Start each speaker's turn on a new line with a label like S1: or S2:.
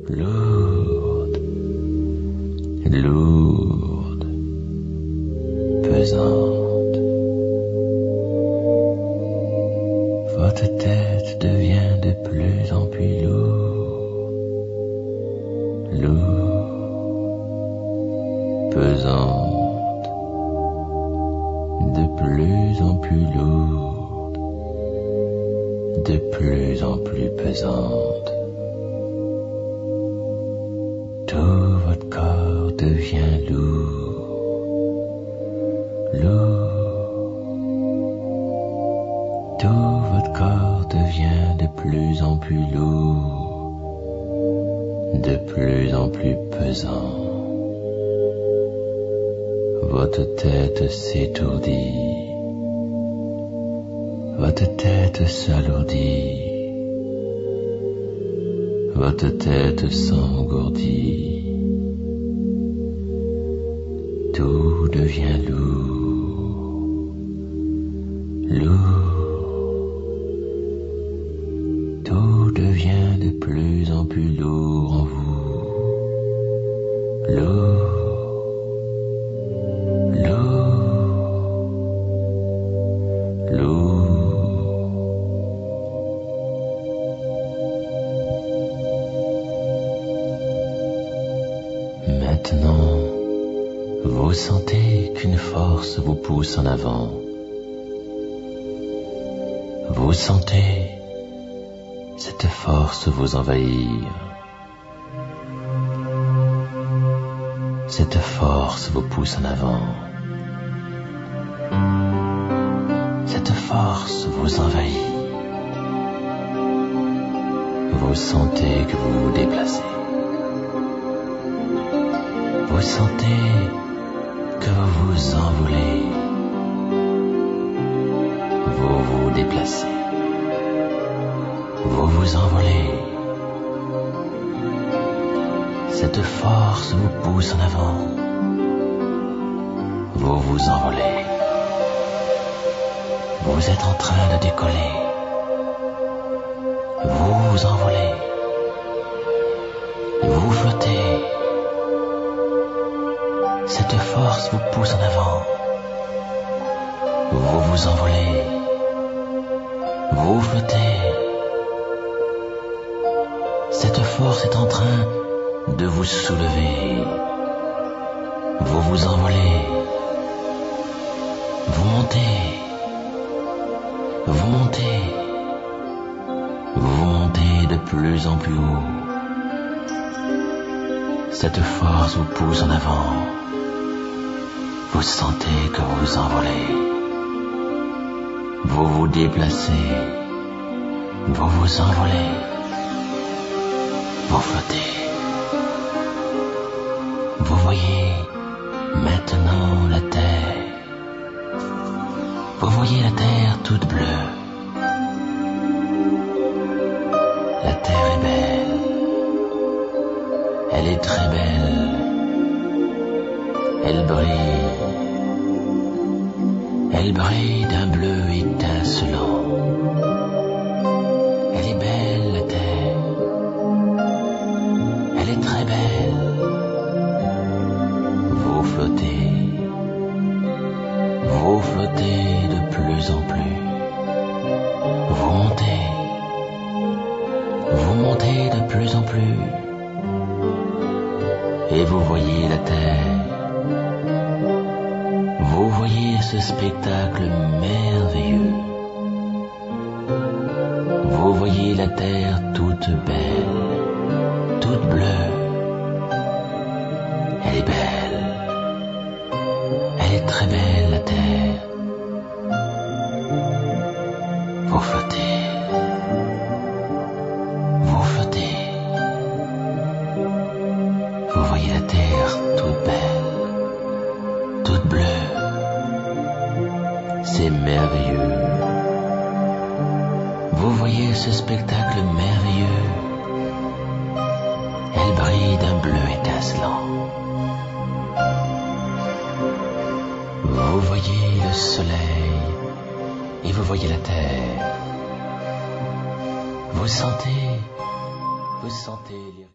S1: lourde, lourde, pesante. Votre tête devient de plus en plus lourde, lourde, pesante, de plus en plus lourde, de plus en plus pesante. Tout votre corps devient lourd, lourd. Tout votre corps devient de plus en plus lourd, de plus en plus pesant. Votre tête s'étourdit, votre tête s'alourdit, votre tête s'engourdit. Tout devient lourd, lourd. Tout devient de plus en plus lourd en vous, lourd, lourd, lourd. Maintenant, vous sentez qu'une force vous pousse en avant. Vous sentez cette force vous envahir. Cette force vous pousse en avant. Cette force vous envahit. Vous sentez que vous vous déplacez. Vous sentez que vous vous envolez. Vous vous déplacez. Vous vous envolez. Cette force vous pousse en avant. Vous vous envolez. Vous êtes en train de décoller. Vous vous envolez. Vous flottez. Cette force vous pousse en avant. Vous vous envolez. Vous flottez. Cette force est en train de vous soulever. Vous vous envolez. Vous montez. Vous montez. Vous montez de plus en plus haut. Cette force vous pousse en avant. Vous sentez que vous vous envolez. Vous vous déplacez. Vous vous envolez. Vous flottez. Vous voyez maintenant la terre. Vous voyez la terre toute bleue. La terre est belle. Elle est très belle. Elle brille. Elle brille d'un bleu étincelant. Elle est belle, la terre. Elle est très belle. Vous flottez. Vous flottez de plus en plus. Vous montez. Vous montez de plus en plus. Et vous voyez la terre. Vous voyez ce spectacle merveilleux. Vous voyez la terre toute belle, toute bleue. Elle est belle. Elle est très belle, la terre. Vous flottez. Vous flottez. Vous voyez la terre toute belle, toute bleue. C'est merveilleux. Vous voyez ce spectacle merveilleux. Elle brille d'un bleu étincelant. Vous voyez le soleil et vous voyez la terre. Vous sentez les...